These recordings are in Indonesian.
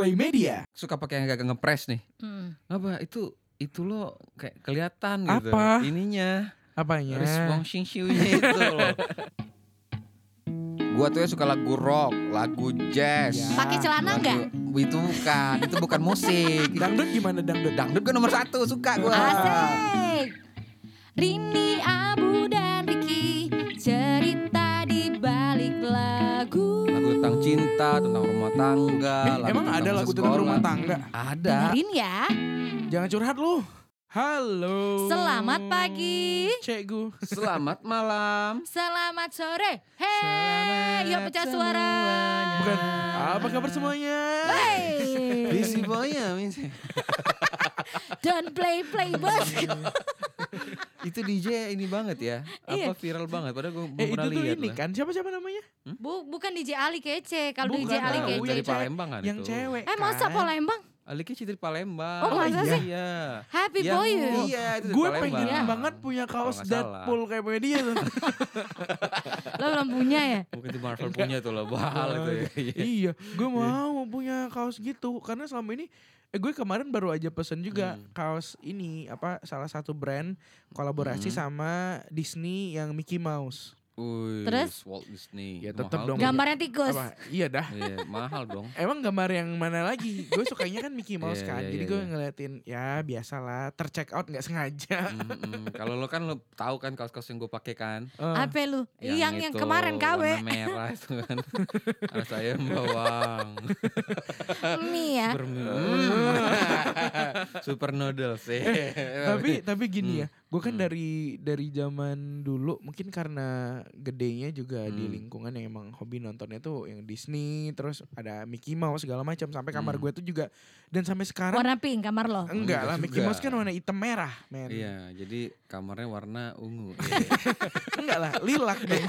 Play Media. Suka pakai yang agak ngepres nih. Apa itu lo kayak kelihatan gitu. Apa? Ininya. Apanya? Responsing itu loh. Gua tuh ya suka lagu rock, lagu jazz. Ya. Pakai celana enggak? Itu bukan musik. Dangdut gimana dangdut? Dangdut gue nomor 1 suka gua. Asik. Rini, Abu dan Ricky, cerita di balik lagu. Lagu tentang cinta, tentang rumah tangga. Emang ada lagu tentang rumah tangga? Ada. Dengerin ya. Jangan curhat lu. Halo. Selamat pagi. Cikgu. Selamat malam. Selamat sore. Hei, yuk pecah suara. semuanya. Bukan. Apa kabar semuanya? Hey. Busy boy-nya misi. Don't play bos. Itu DJ ini banget ya. Iya. Apa viral banget padahal gue belum Itu pernah tuh lihat ini lah. kan siapa namanya? Bukan DJ Ali Kece. Kalau Bukan, DJ Ali tahu. Kece. Dari Yang Palembang kan Yang itu. cewek Masa kan? Palembang? Ali Kece dari Palembang. Oh, masa sih? Iya. Happy Yang- boy you. Iya, itu dari Gue Palembang. pengen banget punya kaos Kalau nggak salah. Deadpool kayak punya dia tuh. Lo belum punya ya? Mungkin itu Marvel punya tuh loh, bahal itu ya. Iya, gue mau punya kaos gitu karena selama ini gue kemarin baru aja pesen juga kaos ini salah satu brand kolaborasi sama Disney yang Mickey Mouse. Wih, Terus? Walt Disney. Ya, tetep Mahal dong. tuh. Gambarnya tikus. Apa? Iya dah. Iya, mahal dong. Emang gambar yang mana lagi? Gue sukanya kan Mickey Mouse Iya, kan. iya, Jadi iya, gue iya. ngeliatin ya biasalah tercheck out nggak sengaja. Kalau lo kan lo tahu kan kaos-kaos yang gue pakai kan. Apa lu? Yang itu, kemarin KW. warna merah itu kan. Rasa ayam bawang. Mie ya. Super noodles sih. tapi gini ya, gue kan dari zaman dulu mungkin karena gedenya juga di lingkungan yang emang hobi nontonnya tuh yang Disney, terus ada Mickey Mouse segala macam sampai kamar gue tuh juga, dan sampai sekarang Warna pink kamar lo. enggak lah, Enggak Mickey juga. Mouse kan warna hitam merah, men. Iya, jadi kamarnya warna ungu. Enggak lah, lilak dong.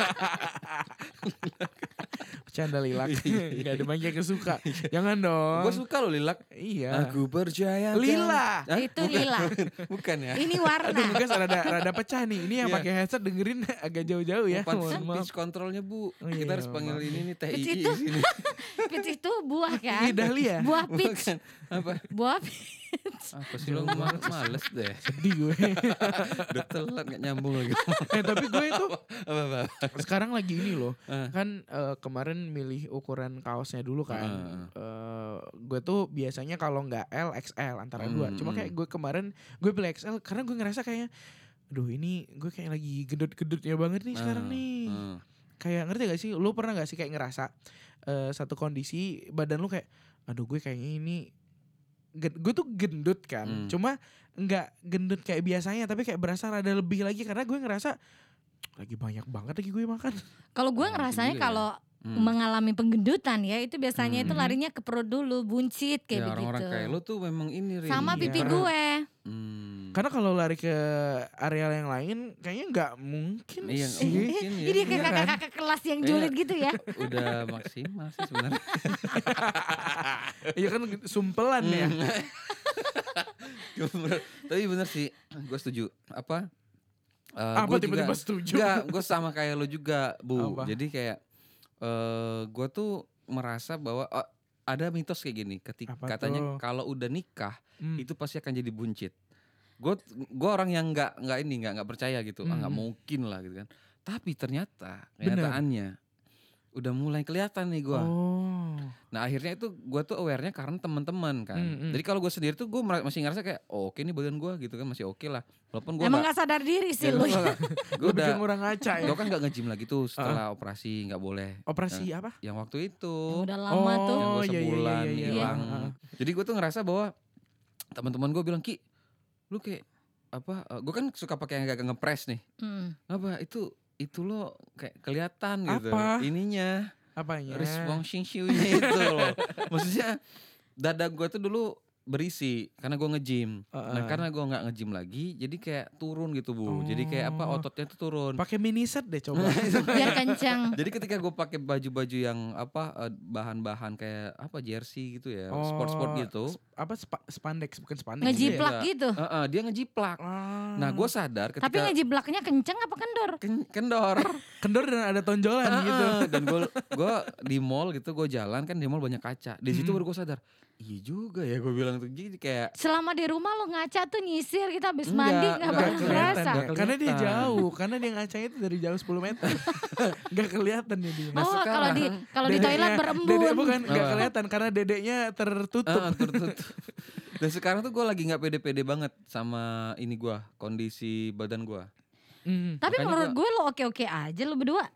Bercanda lilak. Enggak ada banyak yang suka. Jangan dong. Gue suka lo lilak. Iya. Aku percaya. Lila. Hah? Itu Bukan. lila. Bukan ya. Ini Aduh, warna. Nugas rada pecah nih. Ini yang Iya. pakai headset dengerin agak jauh-jauh ya. Pantesan Mohon maaf. pitch controlnya Bu. Oh, iya, Kita harus panggil maaf. ini nih TII Pitch di itu. sini. Pitch itu buah kan? Iya, dahlia. Buah pitch. Bukan. Apa? Buah pitch. Apa sih lo males deh. Sedih gue. Udah telat gak nyambung lagi. Tapi gue itu Apa? sekarang lagi ini loh. Kan kemarin milih ukuran kaosnya dulu kan. Gue tuh biasanya kalau nggak L, XL antara dua. Cuma kayak gue kemarin gue pilih XL karena gue ngerasa kayaknya, aduh ini gue kayak lagi gedut-gedutnya banget nih sekarang nih. Kayak ngerti gak sih? Lu pernah gak sih kayak ngerasa satu kondisi badan lu kayak, aduh gue kayaknya ini gue tuh gendut kan, cuma nggak gendut kayak biasanya, tapi kayak berasa rada lebih lagi karena gue ngerasa lagi banyak banget lagi gue makan. Kalau gue ngerasanya juga ya. kalau mengalami penggendutan ya itu biasanya itu larinya ke perut dulu, buncit kayak Ya begitu. orang-orang kayak lo tuh memang ini Rin. Sama Iya. pipi gue. Karena kalau lari ke area yang lain kayaknya nggak mungkin Iya, nggak sih. mungkin ya. Jadi kayak Iya kan? kakak-kakak kelas yang julid gitu ya. Udah maksimal sih sebenarnya. Iya kan sumpelan ya. Tapi bener sih, gue setuju. Apa Apa gua tiba-tiba juga- setuju? Enggak, gue sama kayak lo juga Bu. Apa? Jadi kayak gue tuh merasa bahwa ada mitos kayak gini. Ketika Apa katanya tuh? kalau udah nikah itu pasti akan jadi buncit. Gue orang yang nggak percaya gitu. Nggak mungkin lah gitu kan. Tapi ternyata kenyataannya udah mulai kelihatan nih gue. Oh. Nah akhirnya itu gue tuh awarenya karena teman-teman kan. Jadi kalau gue sendiri tuh gue masih ngerasa kayak oke nih badan gue gitu kan, masih oke lah. Walaupun gue Emang gak sadar diri sih lu. gue Lebih udah ke ngurang ngaca ya. gue kan gak nge-gym lagi tuh setelah operasi, nggak boleh. Operasi apa? Yang waktu itu Udah lama tuh. yang gue iya, iya, sebulan iya, iya. hilang. Heeh. Jadi gue tuh ngerasa bahwa teman-teman gue bilang, Ki lu kayak apa, gue kan suka pakai yang agak ngepres nih. Apa itu lo kayak kelihatan gitu Apa? ininya. Apanya? Responsing itu loh. Maksudnya dada gue tuh dulu berisi karena gue nge-gym. Nah karena gue nggak nge-gym lagi, jadi kayak turun gitu Bu. Jadi kayak ototnya tuh turun. Pakai mini set deh coba. Biar kencang. Jadi ketika gue pakai baju-baju yang bahan-bahan kayak jersey gitu ya, sport gitu. Spandex bukan spandex. Ngejiplak gitu. Dia ngejiplak. Nah gue sadar ketika. Tapi ngejiplaknya kencang apa kendor? Kendor. Kendor dan ada tonjolan gitu. Dan gue di mall gitu, gue jalan kan di mall banyak kaca. Di situ baru gue sadar. Iya juga ya, gue bilang tuh jadi kayak selama di rumah lo ngaca tuh nyisir, kita habis mandi gak berasa. Karena dia jauh, karena dia ngacanya itu dari jauh 10 meter. Gak kelihatan ya dia. Oh kalau di toilet berembun. Dede bukan gak kelihatan karena dedeknya tertutup. Dan sekarang tuh gue lagi gak pede-pede banget sama ini gue, kondisi badan gue. Tapi menurut gue lo oke-oke aja lo berdua.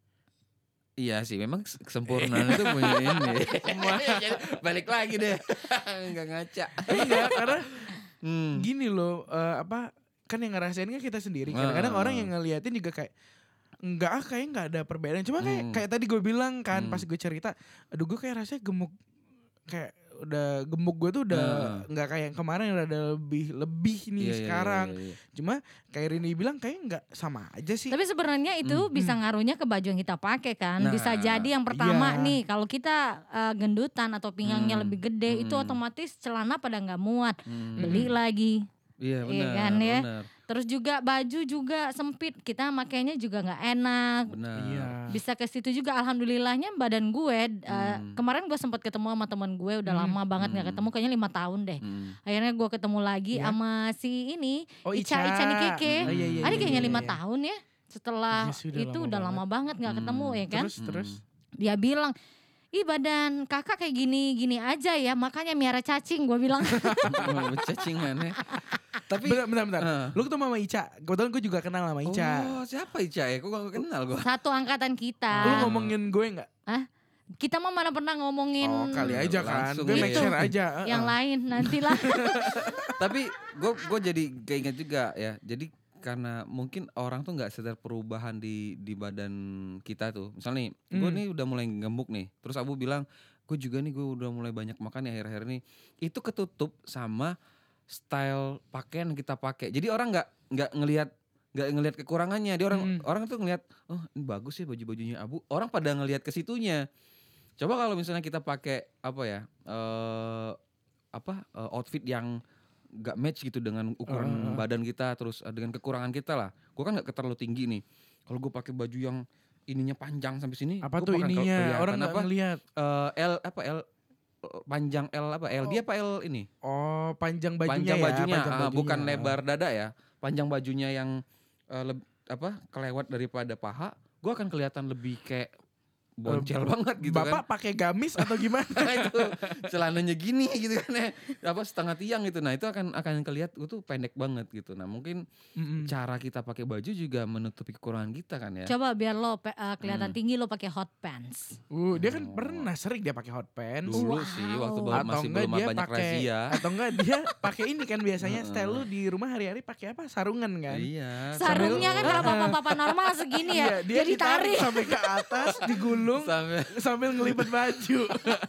Iya sih, memang kesempurnaan itu punya ini. Balik lagi deh, nggak ngaca. Enggak, karena gini loh, kan yang ngerasain kan kita sendiri. Kadang-kadang orang yang ngeliatin juga kayak kayaknya nggak ada perbedaan. Cuma kayak tadi gue bilang kan pas gue cerita, aduh gue kayak rasanya gemuk, kayak udah gemuk gue tuh udah nggak kayak yang kemarin, udah ada lebih nih sekarang. Iya. Cuma kayak Rini bilang kayak nggak sama aja sih. Tapi sebenarnya itu bisa ngaruhnya ke baju yang kita pakai kan. Bisa jadi yang pertama nih, kalau kita gendutan atau pinggangnya lebih gede, itu otomatis celana pada nggak muat, beli lagi. Iya benar. Kan ya. Benar. Terus juga baju juga sempit, kita makainya juga nggak enak. Benar. Iya. Bisa ke situ juga. Alhamdulillahnya badan gue kemarin gue sempat ketemu sama teman gue, udah lama banget nggak ketemu, kayaknya 5 tahun deh. Akhirnya gue ketemu lagi sama si ini Ica nih Keke. Ada kayaknya 5 tahun ya. Setelah itu udah lama banget nggak ketemu ya kan. Terus dia bilang, ih badan kakak kayak gini aja ya, makanya miara cacing, gue bilang. Cacingan ya. Tapi bentar. Lu ketemu sama Ica. Kebetulan gue juga kenal sama Ica. Oh, siapa Ica ya? Kok gak kenal gue? Satu angkatan kita. Lu ngomongin gue gak? Hah? Kita mah mana pernah ngomongin. Oh kali aja kan. Langsung Gue make sure aja. Yang lain nantilah. Tapi gue jadi keinget juga ya. Jadi karena mungkin orang tuh gak sadar perubahan di badan kita tuh. Misalnya nih, gue nih udah mulai gemuk nih. Terus Abu bilang, gue juga nih gue udah mulai banyak makan ya akhir-akhir ini. Itu ketutup sama style pakaian yang kita pakai. Jadi orang nggak ngelihat kekurangannya. Dia orang tuh ngelihat, oh ini bagus ya baju-bajunya Abu. Orang pada ngelihat ke situnya. Coba kalau misalnya kita pakai outfit yang nggak match gitu dengan ukuran badan kita, terus dengan kekurangan kita lah. Gue kan nggak terlalu tinggi nih. Kalau gue pakai baju yang ininya panjang sampai sini, apa tuh ininya? Orang nggak ngelihat. Panjang L dia apa L ini? Oh, panjang bajunya. Panjang bajunya, bukan lebar dada ya. Panjang bajunya yang kelewat daripada paha, gue akan kelihatan lebih kayak boncel banget gitu. Bapak pakai gamis atau gimana? Itu celananya gini gitu kan ya, setengah tiang gitu. Nah itu akan kelihatan itu pendek banget gitu. Nah mungkin cara kita pakai baju juga menutupi kekurangan kita kan ya. Coba biar lo kelihatan tinggi, lo pakai hot pants. Dia kan pernah sering dia pakai hot pants. Dulu sih waktu masih belum banyak razia. Atau enggak dia pakai ini kan biasanya style lu di rumah hari-hari pakai apa? Sarungan kan? Iya. Sarungnya kan kalau bapak-bapak normal segini ya. Dia ditarik sampai ke atas, digulung sambil ngelipet baju.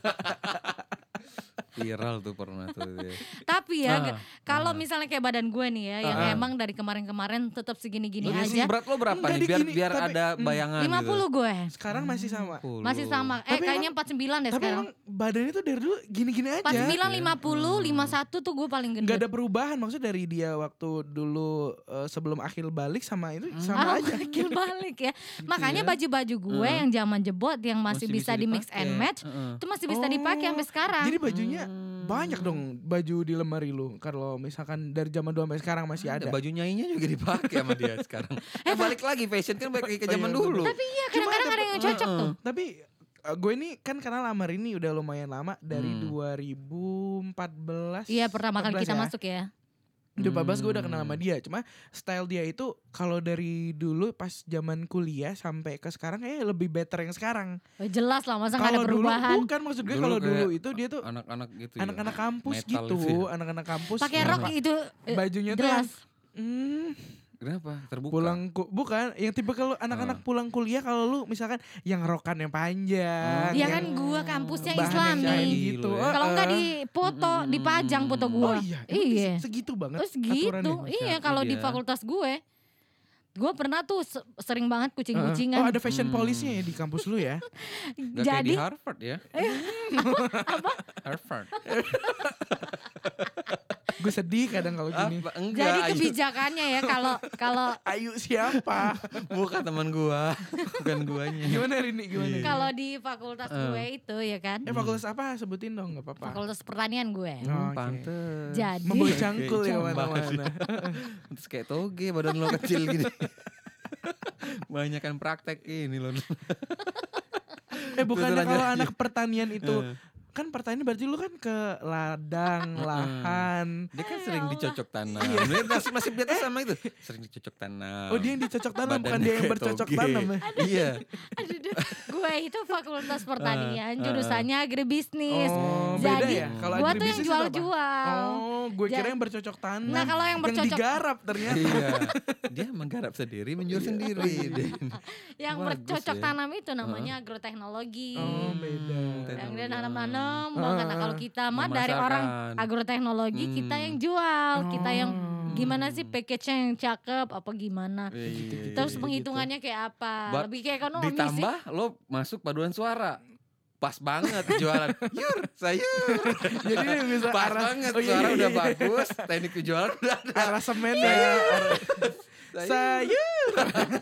Viral tuh pernah tuh. Tapi ya kalau misalnya kayak badan gue nih ya, yang emang dari kemarin-kemarin tetap segini-gini aja. Berat lo berapa nih? Biar ada bayangan 50 gitu. Gue. Sekarang masih sama. Masih sama. Kayaknya 49 deh sekarang. Tapi emang badannya tuh dari dulu gini-gini aja. 49, 50, 51 tuh gue paling gendut. Gak ada perubahan, maksudnya dari dia waktu dulu sebelum Akhil balik sama itu sama aja. Akhil balik ya. Makanya baju-baju gue yang zaman jebot yang masih bisa di mix and match, itu masih bisa dipakai sampai sekarang. Jadi bajunya banyak dong baju di lemari lu. Kalau misalkan dari zaman dulu sampai sekarang masih ada. Baju nyainya juga dipakai sama dia sekarang. Balik lagi fashion kan balik ke zaman dulu. Tapi iya kadang-kadang ada yang cocok tuh. Tapi gue ini kan kenal sama Rini udah lumayan lama dari 2014. Iya pertama kali kita masuk ya. 2014 gue udah kenal sama dia. Cuma style dia itu kalau dari dulu pas zaman kuliah sampai ke sekarang kayaknya lebih better yang sekarang. Jelas lah, masa gak ada perubahan. Bukan, maksud gue kalau dulu itu dia tuh anak-anak gitu anak-anak kampus metal gitu. Anak-anak kampus. Pakai rok itu bajunya jelas. tuh Kenapa? Terbuka? Bukan, yang tipe kalau anak-anak pulang kuliah kalau lu misalkan yang rokannya panjang. Ya kan gua kampusnya bahan yang Islami gitu. Kalau enggak dipoto, dipajang foto gua. Oh iya. Segitu banget. Terus gitu. Iya, kalau di fakultas gue pernah tuh sering banget kucing-kucingan. Oh, ada fashion police-nya ya di kampus lu ya? Gak kayak di Harvard ya? Apa? Harvard. Gue sedih kadang kalau gini. Enggak, jadi kebijakannya ya kalau Ayu siapa? Bukan teman gua, bukan guanya. Gimana Rini? Gimana? Kalau di fakultas gue itu ya kan. Fakultas apa? Sebutin dong, nggak apa-apa. Fakultas pertanian gue. Pantes. Jadi membawa cangkul ya mana-mana. Terus kayak toge badan lo kecil gini. Banyakan praktek ini loh. Bukannya kalau anak pertanian itu kan pertanian berarti lu kan ke ladang, lahan. Dia kan sering dicocok tanam. Masih di atas sama itu. Sering dicocok tanam. Oh, dia yang dicocok tanam, bukan dia yang bercocok tanam ya? Iya. Gue itu fakultas pertanian, jurusannya agribisnis. Oh, beda jadi ya? Kalau gue tuh yang agribisnis jual-jual. Oh, gue kira yang bercocok tanam. Nah, kalau yang bercocok digarap ternyata. Iya. Dia menggarap sendiri, menjual sendiri. Yang bercocok tanam itu namanya agroteknologi. Oh, beda. Yang dia nanam-nanam. Karena kalau kita mah dari orang agroteknologi kita yang jual, kita yang gimana sih package-nya yang cakep apa gimana. Terus penghitungannya kayak apa? Lebih kayak ekonomi sih. Ditambah lo masuk paduan suara. Pas banget jualan. Yur, sayur. Jadi bisa pas banget suara udah bagus, teknik jualan udah ada. Arah semen ya. Sayur.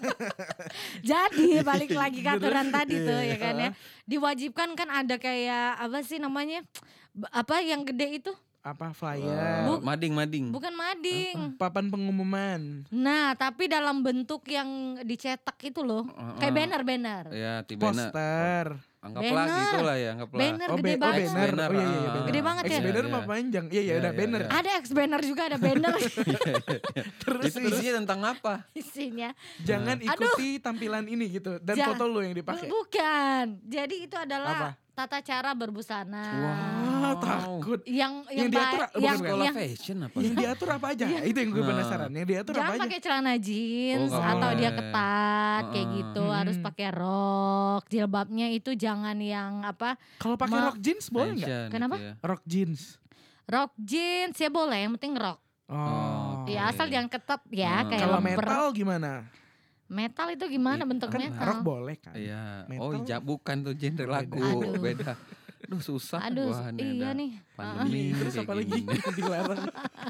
Jadi balik lagi ke aturan tadi tuh ya kan ya. Diwajibkan kan ada kayak apa sih namanya? Apa yang gede itu? Apa flyer? Mading. Bukan mading. Papan pengumuman. Nah, tapi dalam bentuk yang dicetak itu loh. Kayak banner. Ya, banner. Poster. Anggaplah gitulah ya, anggaplah. Banner gede banget. Banner. Oh iya, banner. Gede banget ya. X-banner mah panjang. Iya, udah banner. Ada X-banner juga, ada banner. Terus isinya tentang apa? Isinya. Jangan ikuti tampilan ini gitu. Dan foto lu yang dipakai. Bukan. Jadi itu adalah tata cara berbusana. Wah, takut. Yang diatur yang fashion apa? Yang diatur apa aja? Itu yang gue penasaran. Yang diatur apa aja? Jangan pakai celana jeans atau dia ketat kayak gitu. Harus pakai rok. Jilbabnya itu jangan yang apa? Kalau pakai rok jeans boleh enggak? Kenapa? Gitu ya. Rok jeans. Rok jeans ya boleh, yang penting rok. Oh. Ya asal jangan ketat ya kayak kalau lemper. metal gimana? Metal itu gimana bentuk metal? Rok boleh kan? Iya. Metal. Bukan tuh genre lagu. Beda. Aduh susah. Iya nih. Pandemi. Terus apa lagi dilarang?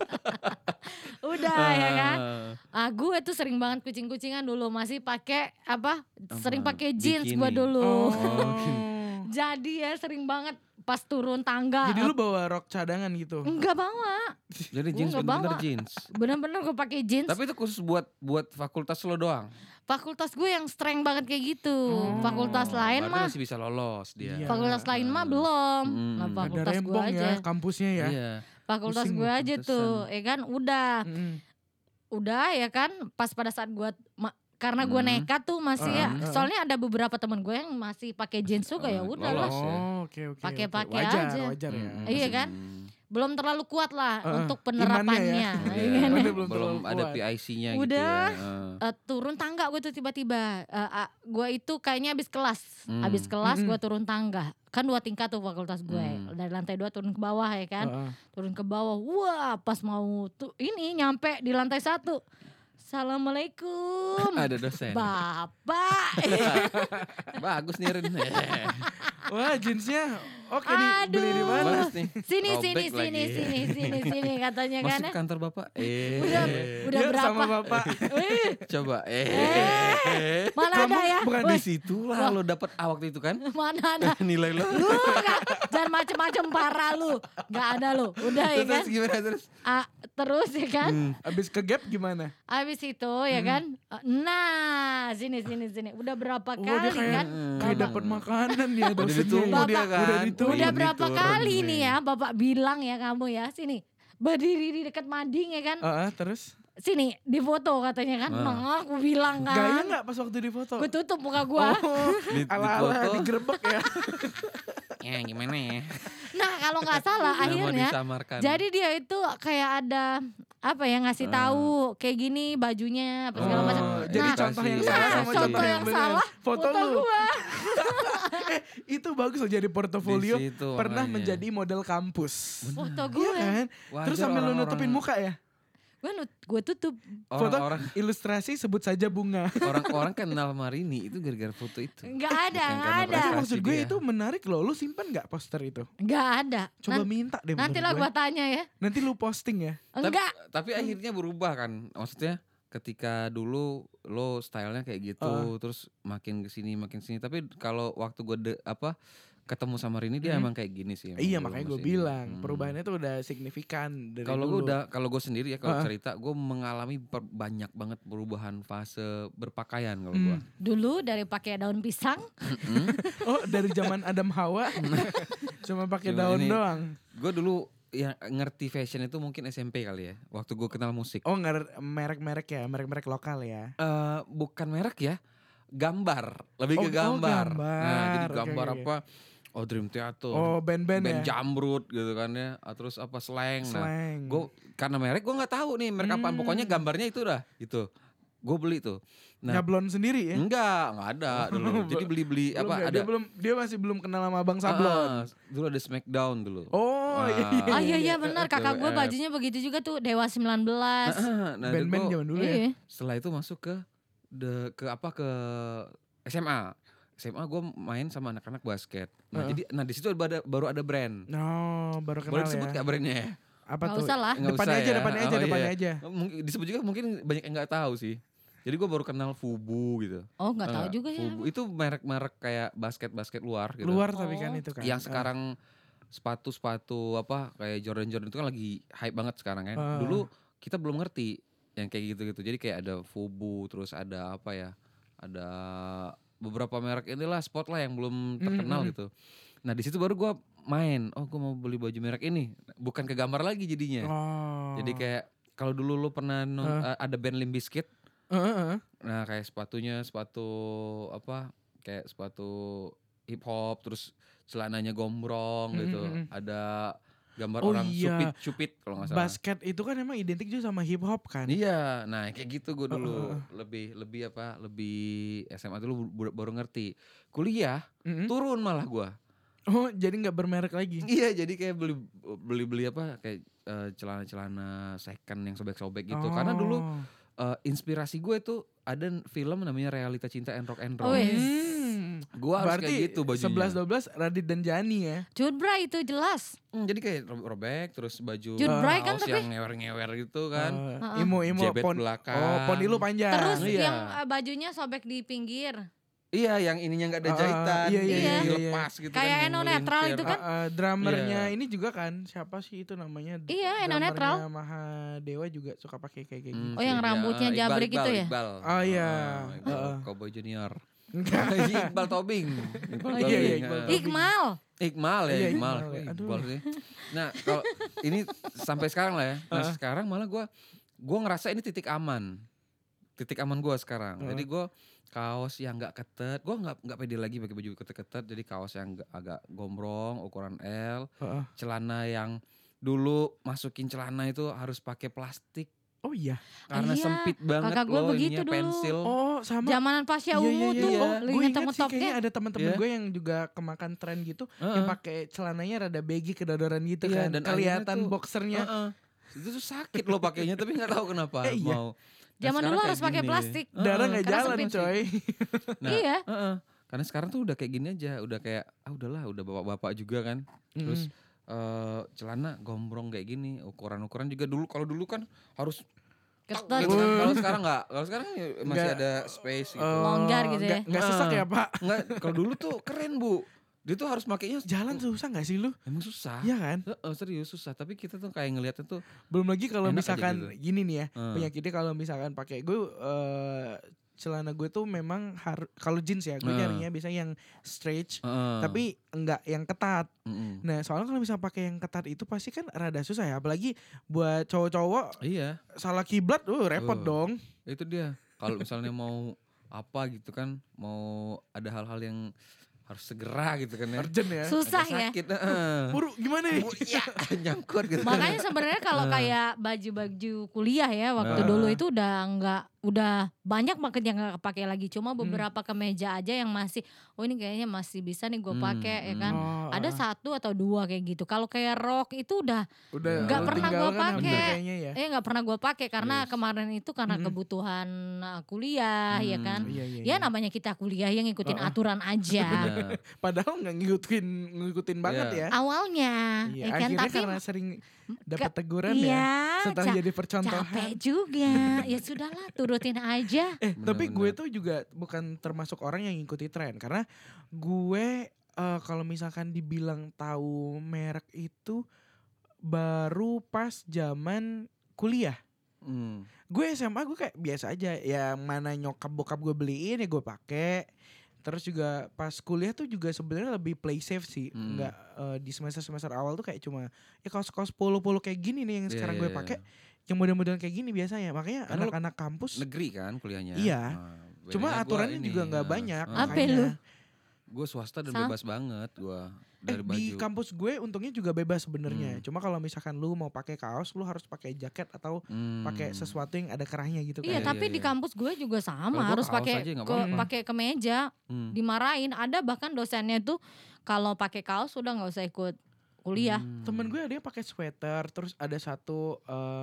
Udah ya kan. Gue tuh sering banget kucing-kucingan dulu, masih pakai apa? Sering pakai jeans gue dulu. Jadi ya sering banget pas turun tangga. Jadi lu bawa rok cadangan gitu? Enggak bawa. Jadi jeans bener-bener jeans. Bener-bener gue pakai jeans. Tapi itu khusus buat fakultas lo doang. Fakultas gue yang strength banget kayak gitu. Fakultas lain mah masih bisa lolos dia. Iya. Fakultas lain mah belum. Nah, fakultas ada gue rembong aja. Ya kampusnya ya. Iya. Fakultas gue aja tuh, ya kan udah. Udah ya kan pas pada saat gue karena gue nekat tuh masih ya. Soalnya ada beberapa teman gue yang masih pakai jeans juga ya udah lah. Oke. Pakai aja. Wajar ya. Iya kan? Belum terlalu kuat lah untuk penerapannya. Belum ada PIC-nya gitu. Udah turun tangga gue tuh tiba-tiba. Gue itu kayaknya habis kelas. Gue turun tangga. Kan 2 tingkat tuh fakultas gue. Dari lantai 2 turun ke bawah ya kan. Turun ke bawah. Wah, pas mau nyampe di lantai 1. Assalamualaikum. Ada dosen. Bapak. Bagus nih Rin. Wah, jeansnya oke dibeli di mana? Sini katanya kan. Masuk kantor Bapak. Udah berapa? Sama Bapak. Coba. Mana ada ya? Bukan di situ lah lo dapet waktu itu kan? Mana ada? Nilai lo. Lu jangan macem-macem parah lu. Gak ada lu. Udah ya kan? Terus gimana terus? Terus ya kan? Abis ke gap gimana? Abis itu ya kan? Nah, sini. Udah berapa kali kan? Kayak dapat makanan dia dosennya. Udah ditunggu dia kan. Udah berapa kali nih ya Bapak bilang ya kamu ya. Sini. Berdiri di dekat mading ya kan? Terus? Sini di foto katanya kan. Nah, aku bilang kan. Gaya gak pas waktu di foto? Gue tutup muka gue. Ala-ala digerebek ya. Ya gimana ya? Nah kalau gak salah akhirnya. Disamarkan. Jadi dia itu kayak ada apa ya ngasih tahu kayak gini bajunya apa segala macam. Jadi contoh yang salah sama contoh yang benar. Foto lu. Itu bagus loh jadi portofolio. Pernah menjadi model kampus. Foto gue. Iya kan? Terus sambil lu nutupin muka ya? Gue tutup. Foto ilustrasi sebut saja bunga. Orang-orang kenal Marini itu gara-gara foto itu. Enggak ada. Maksud gue itu menarik loh. Lu simpan gak poster itu? Enggak ada. Coba minta deh. Nanti lah gue tanya ya. Nanti lu posting ya. Enggak. Tapi akhirnya berubah kan. Maksudnya ketika dulu lo stylenya kayak gitu, terus makin kesini. Tapi kalau waktu gue ketemu sama Rini dia emang kayak gini sih. Iya makanya gue bilang perubahannya tuh udah signifikan dari dulu. Kalau gue sendiri ya kalau cerita gue mengalami banyak banget perubahan fase berpakaian kalau gue. Dulu dari pakai daun pisang. Dari zaman Adam Hawa cuma pakai daun doang. Gue dulu yang ngerti fashion itu mungkin SMP kali ya. Waktu gue kenal musik. Merek-merek ya, merek-merek lokal ya. Bukan merek ya, gambar, lebih ke gambar. Nah jadi gambar apa? Dream Theater, band Jamrut gitu kan ya, terus apa Slang. Nah, gue karena merek gue nggak tahu nih merek apaan, pokoknya gambarnya itu dah, itu gue beli tuh. Nah, nyablon sendiri ya? Enggak ada dulu. Jadi beli apa ada. Dia masih belum kenal sama Bang Sablon. Dulu ada Smackdown dulu. Iya benar, kakak gue bajunya begitu juga tuh Dewa 19. Band-band zaman dulu ya. Setelah itu masuk ke SMA. SMA gue main sama anak-anak basket. Nah jadi di situ baru ada brand. Baru kenal. Boleh disebut gak brandnya ya? Apa tuh? Usah lah. Depannya aja. Disebut juga mungkin banyak yang nggak tahu sih. Jadi gue baru kenal Fubu gitu. Nggak tahu juga ya. Fubu itu merek-merek kayak basket luar gitu. Luar tapi kan itu kan. Yang sekarang sepatu apa kayak Jordan itu kan lagi hype banget sekarang kan. Dulu kita belum ngerti yang kayak gitu-gitu. Jadi kayak ada Fubu, terus ada apa ya? Ada beberapa merek inilah spot lah yang belum terkenal gitu. Nah di situ baru gue main. Gue mau beli baju merek ini. Bukan ke gambar lagi jadinya. Jadi kayak kalau dulu lu pernah ada band Limp Bizkit. Nah kayak sepatu apa? Kayak sepatu hip hop, terus celananya gombrong gitu. Ada gambar orang cupid kalau nggak salah. Basket itu kan emang identik juga sama hip hop kan. Iya, nah kayak gitu gue dulu lebih SMA dulu baru ngerti. Kuliah turun malah gue. Jadi nggak bermerek lagi. Iya, jadi kayak beli apa kayak celana second yang sobek-sobek gitu. Karena dulu inspirasi gue tuh ada film namanya Realita Cinta and Rock and Roll. Gue harus kayak gitu bajunya. 11-12 Radit dan Jani ya. Judbra itu jelas. Jadi kayak robek terus baju kan yang ngewer-ngewer gitu kan. Imo jebet belakang. Poni lu panjang. Terus yang bajunya sobek di pinggir. Iya, yang ininya nggak ada jahitan, dilepas gitu. Kayak Eno Netral itu kan. Drummernya ini juga kan, siapa sih itu namanya? Iya, Eno Netral. Mahadewa juga suka pakai kayak gitu. Yang rambutnya jabrik itu ya? Iqbal. Iya. Cowboy Junior. Iqbal Tobing. Iqmal ya, Iqbal sih. Nah, kalau ini sampai sekarang lah ya. Nah, sekarang malah gue ngerasa ini titik aman gue sekarang. Jadi gue kaos yang nggak ketat, gue nggak pede lagi pakai baju ketat. Jadi kaos yang agak gombrong, ukuran L, celana yang dulu masukin celana itu harus pakai plastik. Oh iya, karena sempit banget loh ininya pensil. Sama. Zamanan Pasya Ungu tuh. Gue ingat sih kayaknya ada teman-teman gue yang juga kemakan tren gitu, yang pakai celananya rada baggy kedodoran gitu kan, dan kelihatan boxernya. Itu tuh sakit loh pakainya, tapi nggak tahu kenapa mau. Zaman dulu harus pakai plastik. Darah nggak jalan coy. Nah, iya. Karena sekarang tuh udah kayak gini aja, udah kayak udahlah, udah bapak-bapak juga kan. Terus celana gombrong kayak gini, ukuran-ukuran juga kalau dulu kan harus ketat. Kalau sekarang enggak, kalau sekarang masih ada space gitu. Longgar gitu ya. Enggak sesak ya, Pak? Enggak, kalau dulu tuh keren, Bu. Dia tuh harus makainya jalan susah gak sih lu? Emang susah. Iya kan? Serius susah, tapi kita tuh kayak ngeliatnya tuh belum lagi kalau misalkan gitu. Gini nih ya, penyakitnya kalau misalkan pakai gue celana gue tuh memang kalau jeans ya, gue nyarinya biasanya yang stretch, tapi enggak yang ketat. Nah, soalnya kalau misalnya pakai yang ketat itu pasti kan rada susah ya, apalagi buat cowok-cowok. Iya. Salah kiblat, repot dong. Itu dia. Kalau misalnya mau apa gitu kan, mau ada hal-hal yang harus segera gitu kan ya. Urgent ya. Susah Agak ya. sakit. Buru gimana nih? Ya, nyangkut gitu. Makanya sebenarnya kalau kayak baju-baju kuliah ya waktu dulu itu udah banyak banget yang gak kepake lagi. Cuma beberapa kemeja aja yang masih, oh ini kayaknya masih bisa nih gue pakai ya kan. Ada 1 atau 2 kayak gitu. Kalau kayak rok itu udah nggak pernah gue pakai. Nggak pernah gue pakai karena kemarin itu karena kebutuhan kuliah ya kan. Ya namanya kita kuliah yang ngikutin aturan aja. Padahal nggak ngikutin banget ya. Awalnya, ya kan, akhirnya tapi karena sering dapat teguran ya. Setelah jadi percontohan. Capek juga, ya sudahlah turutin aja. Tapi gue tuh juga bukan termasuk orang yang ngikuti tren karena gue kalau misalkan dibilang tahu merek itu baru pas zaman kuliah. Gue SMA gue kayak biasa aja, yang mana nyokap bokap gue beliin ya gue pakai. Terus juga pas kuliah tuh juga sebenarnya lebih play safe sih, nggak di semester awal tuh kayak cuma ya kaos polo kayak gini nih yang sekarang gue pakai, yang model-model kayak gini biasanya. Makanya anak-anak kampus negeri kan kuliahnya. Iya. Cuma aturannya juga nggak banyak. Apa lu? Gue swasta dan bebas banget gue dari baju. Di kampus gue untungnya juga bebas sebenarnya. Cuma kalau misalkan lu mau pakai kaos, lu harus pakai jaket atau pakai sesuatu yang ada kerahnya gitu kan. Iya, tapi di kampus gue juga sama, harus pakai kemeja. Dimarahin. Ada bahkan dosennya tuh kalau pakai kaos udah nggak usah ikut kuliah. Temen gue ada yang pakai sweater, terus ada satu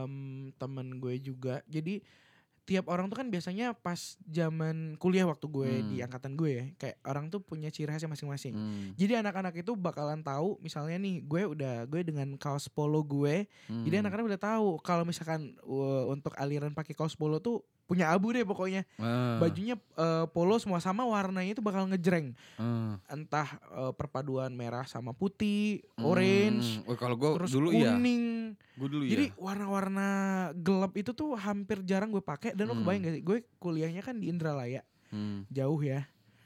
temen gue juga. Jadi tiap orang tuh kan biasanya pas zaman kuliah waktu gue di angkatan gue ya, kayak orang tuh punya ciri khasnya masing-masing. Jadi anak-anak itu bakalan tahu misalnya nih gue dengan kaos polo gue. Jadi anak-anak udah tahu kalau misalkan untuk aliran pakai kaos polo tuh punya abu deh pokoknya. Bajunya polo semua sama, warnanya itu bakal ngejreng. Entah perpaduan merah sama putih, orange, kalau gue terus dulu kuning. Gue dulu jadi warna-warna gelap itu tuh hampir jarang gue pakai. Dan lo kebayang gak sih, gue kuliahnya kan di Indralaya, jauh ya,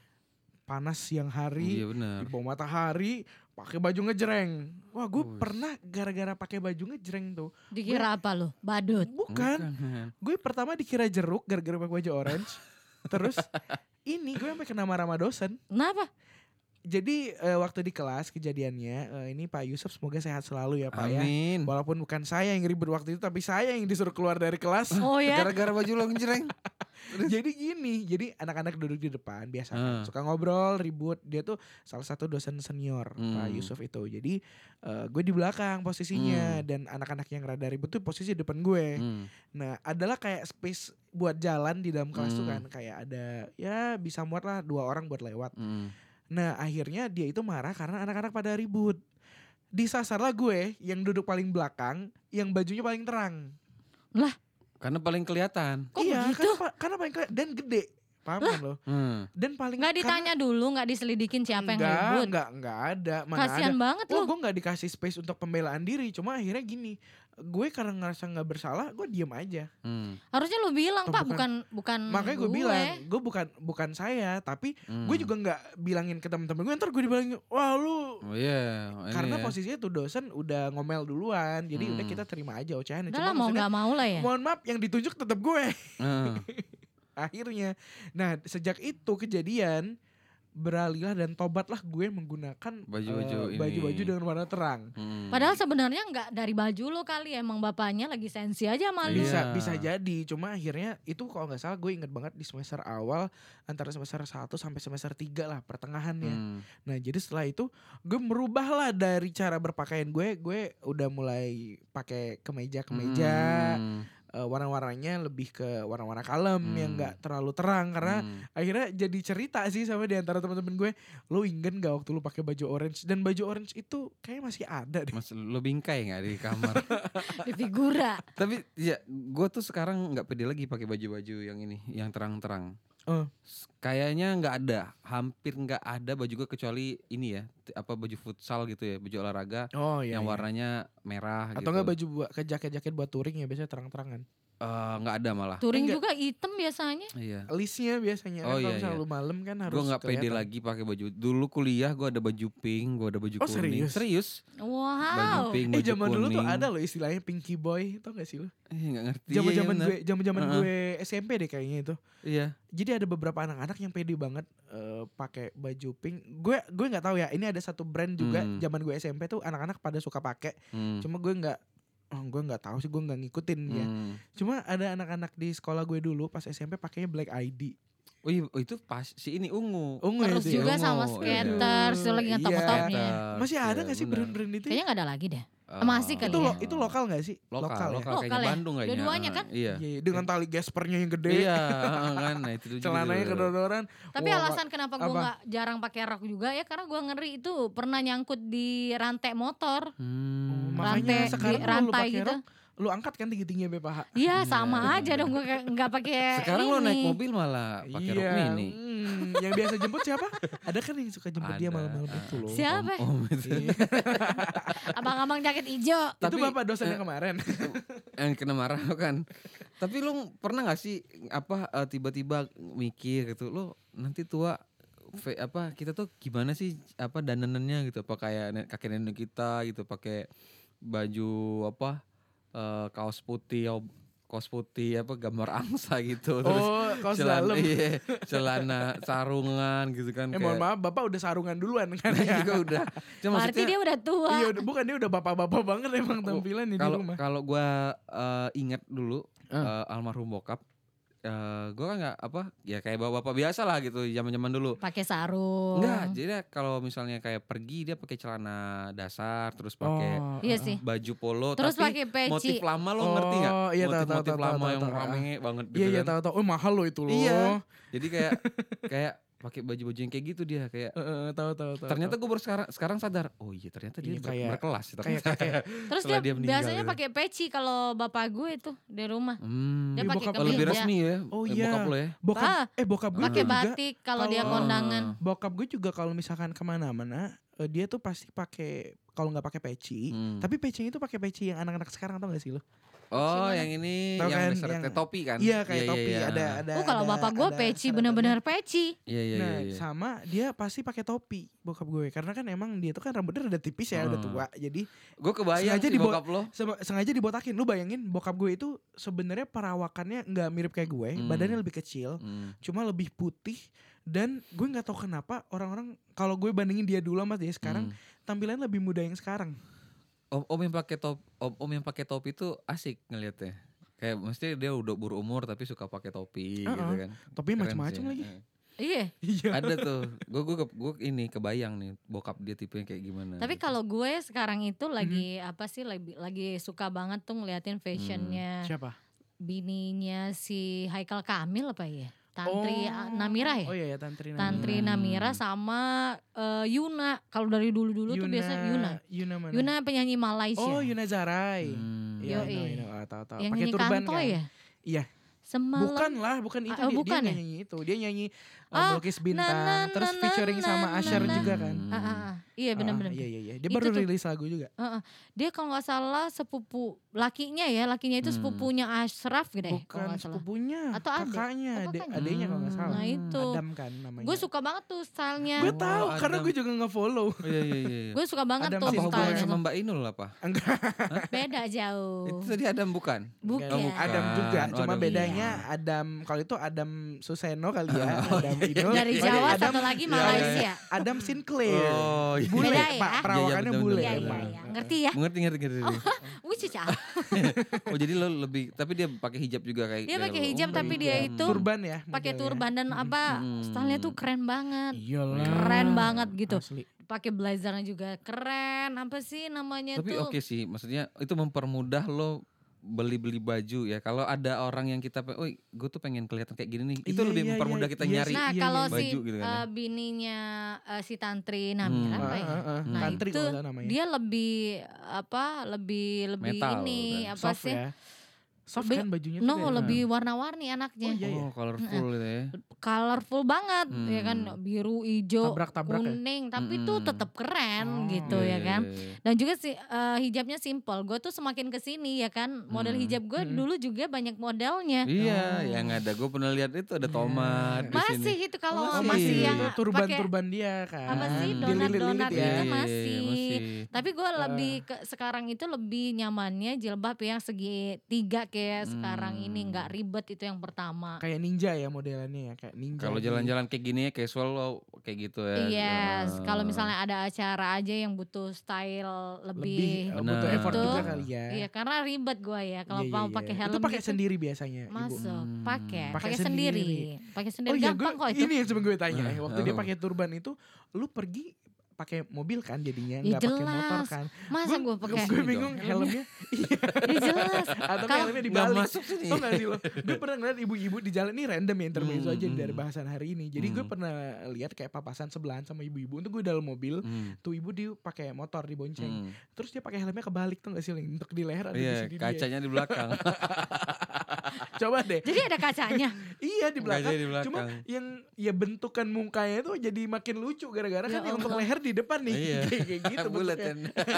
panas siang hari, di bawah matahari, pakai baju ngejreng. Wah, gue pernah gara-gara pakai baju ngejreng tuh. Dikira apa lo? Badut? Bukan. Gue pertama dikira jeruk gara-gara pakai baju orange. Terus ini gue sampai kena marah sama dosen. Kenapa? Jadi waktu di kelas kejadiannya, ini Pak Yusuf semoga sehat selalu ya Pak. Amin. Ya. Walaupun bukan saya yang ribet waktu itu, tapi saya yang disuruh keluar dari kelas. Oh ya? Gara-gara baju lo ngejreng. Jadi gini, jadi anak-anak duduk di depan biasa kan, suka ngobrol, ribut. Dia tuh salah satu dosen senior Pak Yusuf itu. Jadi gue di belakang posisinya, dan anak-anak yang rada ribut tuh posisi depan gue. Nah, adalah kayak space buat jalan di dalam kelas tuh kan, kayak ada ya bisa muat lah 2 orang buat lewat. Nah, akhirnya dia itu marah karena anak-anak pada ribut. Disasarlah gue yang duduk paling belakang, yang bajunya paling terang. Lah, karena paling kelihatan. Kok begitu? Karena paling kelihatan dan gede. Paham kan lo? Dan paling nggak ditanya dulu, nggak diselidikin siapa yang ribut? Enggak ada. Mana kasian ada. Banget lo. Gue nggak dikasih space untuk pembelaan diri. Cuma akhirnya gini, gue karena ngerasa nggak bersalah, gue diem aja. Harusnya lo bilang, Pak, bukan. Makanya gue bilang, gue bukan saya, tapi gue juga nggak bilangin ke temen-temen gue. Ntar gue dibilangin, wah lu. Karena posisinya tuh dosen udah ngomel duluan, jadi udah kita terima aja ocehan. Udah lah, mau nggak mau lah ya. Mohon maaf, yang ditunjuk tetap gue. Akhirnya, nah sejak itu kejadian, beralihlah dan tobatlah gue menggunakan baju-baju dengan warna terang. Padahal sebenarnya nggak dari baju lo kali, emang bapaknya lagi sensi aja malu. Bisa jadi, cuma akhirnya itu kalau nggak salah gue inget banget di semester awal, antara semester 1 sampai semester 3 lah pertengahannya. Nah jadi setelah itu gue merubah lah dari cara berpakaian gue udah mulai pakai kemeja. Warna-warnanya lebih ke warna-warna kalem yang gak terlalu terang, karena akhirnya jadi cerita sih sama di antara teman-teman gue, lo inget gak waktu lo pakai baju orange? Dan baju orange itu kayaknya masih ada deh. Mas, lo bingkai gak di kamar? Di figura. Tapi ya gue tuh sekarang gak pede lagi pakai baju-baju yang ini, yang terang-terang. Kayaknya nggak ada, hampir nggak ada baju gue kecuali ini ya, apa baju futsal gitu ya, baju olahraga yang warnanya merah. Atau gitu. nggak baju buat ke jaket-jaket buat touring ya, biasanya terang-terangan. Nggak ada malah. Touring juga hitam biasanya. Iya. Listnya biasanya kan kalau misalnya lu malam kan harus. Gue nggak pede lagi pakai baju. Dulu kuliah gue ada baju pink, gue ada baju kuning. Serius? Wow. Baju pink, baju zaman kuning. dulu tuh ada loh istilahnya Pinky Boy, tau gak sih lu? Nggak ngerti. Zaman gue SMP deh kayaknya itu. Iya. Jadi ada beberapa anak-anak yang pede banget pakai baju pink. Gue nggak tahu ya. Ini ada satu brand juga zaman gue SMP tuh anak-anak pada suka pakai. Cuma gue nggak tahu sih, gue nggak ngikutin ya. Cuma ada anak-anak di sekolah gue dulu pas SMP pakainya Black ID. Oh iya, itu pas si ini ungu. Terus ya, juga sama skaters, itu lagi ngetop-ngetopnya. Masih ada nggak sih brand-brand itu? Kayaknya nggak ada lagi deh. Masih kali ya? Itu lokal gak sih? Lokal kayaknya ya? Bandung kayaknya. Dua-duanya kan? Iya. Dengan tali gaspernya yang gede. Iya, kan. Nah, itu juga. Celananya kedodoran. Tapi alasan kenapa gue gak jarang pakai rok juga ya karena gue ngeri itu pernah nyangkut di rantai motor. Makanya sekarang rantai lu pakai gitu. rok, lu angkat kan tinggi-tingginya BPH. Iya sama aja dong, gue gak pakai. Sekarang lo naik mobil malah pakai rok mini. Yang biasa jemput siapa? Ada kan yang suka jemput dia malam-malam itu loh. Siapa? Abang-abang jaket hijau. Itu bapak dosen yang kemarin. Yang kena marah kan. Tapi lu pernah gak sih tiba-tiba mikir gitu, lo nanti tua kita tuh gimana sih dandanannya gitu, apa kayak kakek nenek kita gitu, pakai baju kaos putih gambar angsa gitu, terus kaos dalam, iya, celana sarungan gitu kan. Mohon maaf, bapak udah sarungan duluan kan? Juga udah. Berarti dia udah tua. Iya, bukan, dia udah bapak-bapak banget emang tampilan di rumah. Kalau gue ingat dulu almarhum bokap, gue kan nggak ya kayak bapak biasa lah gitu zaman dulu. Pakai sarung. Enggak, jadi kalau misalnya kayak pergi dia pakai celana dasar, terus pakai baju polo, terus tapi pakai peci. Motif lama lo ngerti nggak? Iya, motif lama yang rame banget gitu. Iya tahu. Oh mahal lo itu lo. Iya. Jadi kayak pakai baju-baju yang kayak gitu dia kayak. Tahu. Ternyata gue sekarang sadar. Oh iya ternyata dia berkelas. Terus dia biasanya pakai peci kalau bapak gue itu di rumah. Dia pakai kemeja. Lebih resmi ya. Oh iya. Bokap lo ya. Bokap gue pakai batik kalau dia kondangan. Bokap gue juga kalau misalkan kemana-mana dia tuh pasti pakai, kalau nggak pakai peci, tapi pecinya itu pakai peci yang anak-anak sekarang, tau gak sih lo? Yang ini yang beserta topi kan? Iya kayak topi. Ada. Kalau bapak gue peci, bener-bener peci. Iya. Sama dia pasti pakai topi bokap gue, karena kan emang dia tuh kan rambutnya udah tipis ya, udah tua. Jadi gue kebayang sih bokap lo. Sengaja dibotakin. Lu bayangin bokap gue itu sebenarnya perawakannya nggak mirip kayak gue, badannya lebih kecil, cuma lebih putih. Dan gue nggak tahu kenapa orang-orang kalau gue bandingin dia dulu sama dia sekarang, tampilannya lebih muda yang sekarang. Om yang pakai topi itu asik ngelihatnya. Kayak mesti dia udah berumur tapi suka pakai topi gitu kan. Topi macam-macam lagi. Iya. Ada tuh. Gue ini kebayang nih bokap dia tipenya kayak gimana. Tapi gitu. kalau gue sekarang itu lagi lagi suka banget tuh ngeliatin fashionnya. Siapa? Bininya si Haikal Kamil apa ya? Tantri Namira ya? Oh iya Tantri Namira. Tantri Namira sama Yuna. Kalau dari dulu-dulu tuh biasa Yuna. Mana? Yuna penyanyi Malaysia. Oh Yuna Zarai. Iya, tahu. Yang pakai nyanyi turban Kanto kan? ya? Iya. bukan itu. Bukan dia nyanyi itu. Dia nyanyi Melukis Bintang, terus featuring sama Asher juga kan. Iya benar-benar. Iya. Dia baru rilis lagu juga. Dia kalau nggak salah sepupu lakinya itu sepupunya Ashraf gitu. Bukan sepupunya, atau kakaknya, adiknya kalau nggak salah. Nah itu. Adam kan namanya. Gue suka banget tuh stylenya. Gue tahu karena gue juga nge-follow. Iya. Gue suka banget Adam tuh stylenya. Apa hubungan stylenya. sama Mbak Inul apa? Enggak. Beda jauh. Itu tadi Adam bukan? Bukan. Adam juga, cuma Adam. bedanya Adam kalau itu Adam Suseno kali ya. Adam Inul. Dari Jawa satu lagi Malaysia. Adam Sinclair. Oh, iya. Bule, Beda ya? perawakannya bule. Iya. Ngerti ya? Ngerti. Wih cica. Oh jadi lo lebih, tapi dia pakai hijab juga kayak. Dia pakai hijab tapi dia itu turban ya. pakai turban dan stylenya tuh keren banget. Iyalah. Keren banget gitu. Asli. Pakai blazernya juga keren. Apa sih namanya tapi tuh? oke sih, maksudnya itu mempermudah lo beli baju ya. Kalau ada orang yang kita, gue tuh pengen kelihatan kayak gini nih, itu lebih mempermudah kita nyari Nah kalau baju si gitu kan. Bininya si Tantri Namira apa ya? Nah Tantri itu namanya. dia lebih Metal, ini kan. apa Soft sih? ya. Soft kan bajunya No, tuh lebih warna-warni anaknya. Oh, iya, iya. Colorful gitu ya. Colorful banget ya kan, biru, hijau, Tabrak-tabrak kuning, tapi tuh tetap keren gitu Iya, ya iya, kan. iya. Dan juga hijabnya simple. Gue tuh semakin kesini ya kan, model hijab gue dulu juga banyak modelnya. Iya, yang ada gue pernah lihat itu ada tomat di sini. Masih itu kalau Oh, masih masih. yang itu turban-turban dia kan. apa sih Dililit-lilit donat-donat ya. itu Iya, masih. Tapi gue lebih sekarang itu lebih nyamannya jilbab yang segitiga kayak sekarang ini, nggak ribet, itu yang pertama. Kayak ninja ya modelannya ya, kayak ninja. Kalau jalan-jalan kayak gini ya casual lo kayak gitu ya. Yes, kalau misalnya ada acara aja yang butuh style lebih butuh effort gitu. juga kali ya. Iya, karena ribet gue ya kalau Iya, mau iya, pakai iya. helm Itu pakai gitu. sendiri biasanya, Ibu. Masuk, pakai Pakai sendiri. sendiri. Pakai sendiri Oh iya, gampang kok itu. ini yang sebelum gue tanya. Waktu dia pakai turban itu, lu pergi pakai mobil kan jadinya, Ya nggak pakai motor jelas. kan? Masa gue pakai? Gue bingung helmnya. Ya jelas. Atau Kalau helmnya nggak dibalik. masuk sini. Tau gak sih lo? Gue pernah ngeliat ibu-ibu di jalan, ini random ya intermezzo aja dari bahasan hari ini. Jadi gue pernah lihat kayak papasan sebelahan sama ibu-ibu. Untuk gue dalam mobil, tuh ibu dia pakai motor dibonceng. Terus dia pakai helmnya kebalik tuh gak sih, Ling? Untuk di leher ada di Iya, sini kacanya di belakang. Coba deh. Jadi ada kacanya. Iya di belakang. Kacanya di belakang. Cuma yang ya bentukan mukanya tuh jadi makin lucu gara-gara Ya kan yang untuk Allah. leher di depan nih. Iya. Kayak gitu Bulat bentuknya. kan.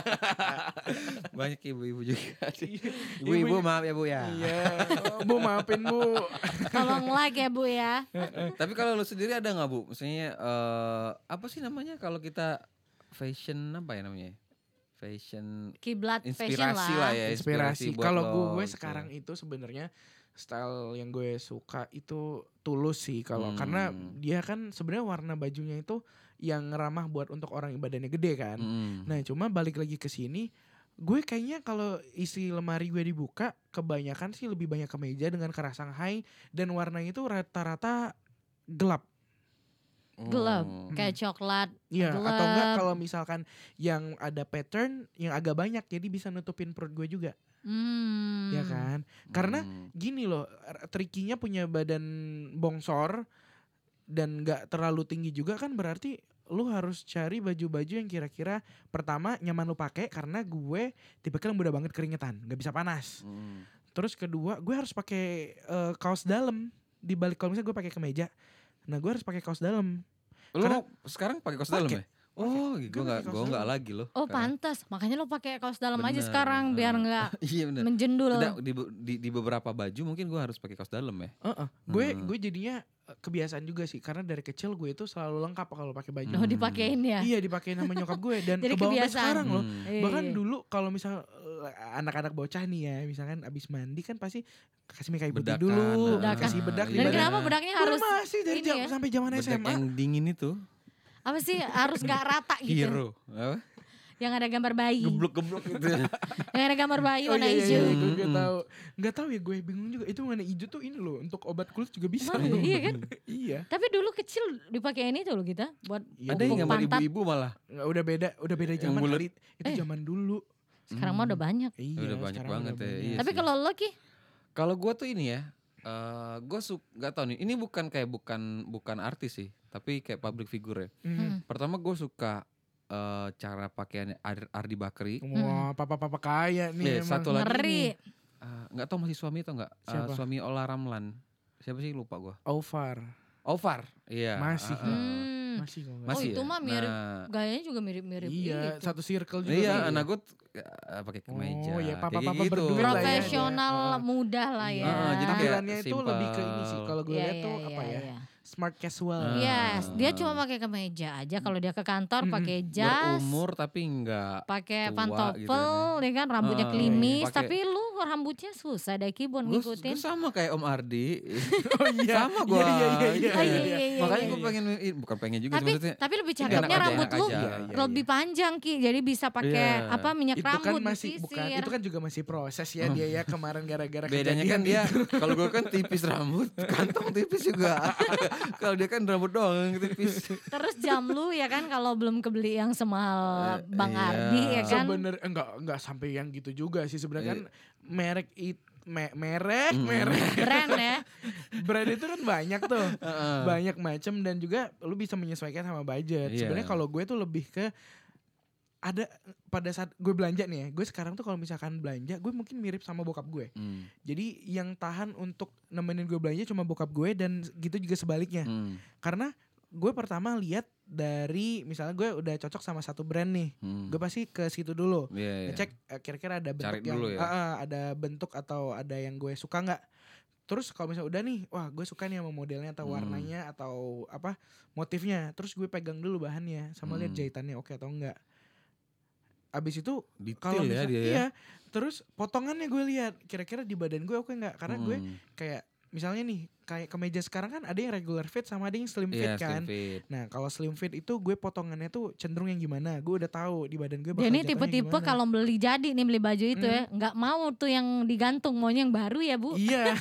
Banyak ibu-ibu juga. Iya. Ibu-ibu maaf ya Bu ya. Iya. Oh, Bu maafin Bu. Tolong like ya Bu ya. Tapi kalau lu sendiri ada nggak Bu? Maksudnya apa sih namanya kalau kita fashion apa ya namanya? Fashion Kiblat fashion inspirasi lah. lah ya. Inspirasi. buat Kalau lo gue gitu. sekarang itu sebenarnya style yang gue suka itu Tulus sih kalau karena dia kan sebenarnya warna bajunya itu yang ramah buat untuk orang yang badannya gede kan. Nah, cuma balik lagi ke sini, gue kayaknya kalau isi lemari gue dibuka, kebanyakan sih lebih banyak kemeja dengan kerah Shanghai dan warnanya itu rata-rata gelap. Gelap, kayak coklat. Iya, gelap. atau enggak kalau misalkan yang ada pattern yang agak banyak jadi bisa nutupin perut gue juga. Ya kan? Karena gini loh, trikinya punya badan bongsor dan gak terlalu tinggi juga kan berarti lu harus cari baju-baju yang kira-kira pertama nyaman lu pakai karena gue tipikal yang mudah banget keringetan, gak bisa panas. Terus kedua, gue harus pakai kaos dalam di balik kalau misalnya gue pakai kemeja. Nah, gue harus pakai kaos dalam. Lu Karena sekarang pakai kaos dalam ya? Oh, gue pakai kaos nggak dalam. lagi loh. Oh pantas, makanya lo pakai kaos dalam aja Bener. sekarang biar nggak Iya benar. menjendul. Tidak, di beberapa baju mungkin gue harus pakai kaos dalam ya. Gue jadinya kebiasaan juga sih karena dari kecil gue itu selalu lengkap kalau pakai baju. Oh dipakein ya? Iya dipakein sama nyokap gue dan Jadi kebawa sampai kebiasaan. sekarang loh. Iya. Bahkan dulu kalau misal anak-anak bocah nih ya, misalkan abis mandi kan pasti kasih kayu putih Bedakan, dulu, Bedakan. kasih bedak di Dan badan. kenapa bedaknya Gue harus masih dari ini ya? sampai zaman Bedak SMA. yang dingin itu. Apa sih harus nggak rata gitu? Hero. Apa? Yang ada gambar bayi. Geblok-geblok gitu. Yang ada gambar bayi Oh warna iya, hijau. iya, gue tahu. Nggak tahu ya, gue bingung juga. Itu warna hijau tuh ini loh, untuk obat kulit juga bisa. Emang loh. iya kan? Iya. Tapi dulu kecil dipakein itu loh kita buat Iya, Ada yang pupuk gambar pantat. ibu-ibu malah. Nggak, udah beda Yang zaman bulet. kali. Itu zaman dulu. Sekarang mah udah banyak. Iya, Udah banyak sekarang banget udah ya, banyak. iya. Tapi sih. kalau lo Ki, Kalau gue tuh ini ya, gue nggak tahu nih. Ini bukan artis sih, tapi kayak public figure ya. Pertama gue suka cara pakaiannya Ardi Bakri. Wah, papa-papa kaya nih emang. Satu lagi ngeri. nih, nggak tahu masih suami atau nggak? Siapa? Suami Ola Ramlan. Siapa sih lupa gue? Ovar. Ovar, iya. Masih. Hmm. Masih kok nggak Oh Masih itu ya? mah mirip, Nah, gayanya juga mirip-mirip Iya, itu. satu circle juga. iya, kali anak ya. gue pakai kemeja. Oh, iya, kayak papa-papa gitu. berduit lah ya. Profesional mudah lah ya. Jadi kayak Tampilannya itu lebih ke ini sih. Kalau gue Iya, lihat tuh iya, apa iya, ya? iya. Smart casual. Yes, dia cuma pakai kemeja aja. Kalau dia ke kantor pakai jas, Berumur tapi enggak pakai tua pantofel, gitu ya kan rambutnya Ah, klimis. pakai- Tapi lu rambutnya susah deh Kibon Gue ngikutin. sama kayak Om Ardi. Oh iya. Sama gue. Iya. Oh, iya, iya, iya, Makanya iya. gue pengen, bukan pengen juga sih, Tapi maksudnya. tapi lebih Enak cakepnya aja, rambut enak lu aja. Iya, lebih panjang Ki. Jadi bisa pakai Iya. apa minyak Itu kan rambut masih disisir. bukan, itu kan juga masih proses ya dia ya kemarin gara-gara Bedanya kan kejadian dia, itu. kalau gue kan tipis rambut, kantong tipis juga. Kalau dia kan rambut doang yang tipis. Terus jam lu ya kan kalau belum kebeli yang semahal Bang Iya. Ardi ya kan. Sebenarnya enggak sampai yang gitu juga sih sebenarnya kan merek merek Brand ya. brand itu kan banyak tuh. Banyak macam dan juga lu bisa menyesuaikan sama budget. Iya. Sebenarnya kalau gue tuh lebih ke ada pada saat gue belanja nih ya, gue sekarang tuh kalau misalkan belanja gue mungkin mirip sama bokap gue. Jadi yang tahan untuk nemenin gue belanja cuma bokap gue, dan gitu juga sebaliknya. Karena gue pertama lihat dari misalnya gue udah cocok sama satu brand nih, gue pasti ke situ dulu, ngecek kira-kira ada bentuk yang ada bentuk atau ada yang gue suka nggak. Terus kalau misalnya udah nih, wah gue suka nih sama modelnya atau warnanya atau apa motifnya, terus gue pegang dulu bahannya sama lihat jahitannya oke atau enggak. Abis itu kalau misalnya iya, terus potongannya gue lihat kira-kira di badan gue oke nggak, karena gue kayak misalnya nih kayak kemeja sekarang kan ada yang regular fit sama ada yang slim fit kan. Slim fit. Nah kalau slim fit itu gue potongannya tuh cenderung yang gimana, gue udah tahu di badan gue bakal jatuhnya gimana. Jadi tipe-tipe kalau beli jadi nih beli baju itu ya nggak mau tuh yang digantung, maunya yang baru ya Bu. Iya.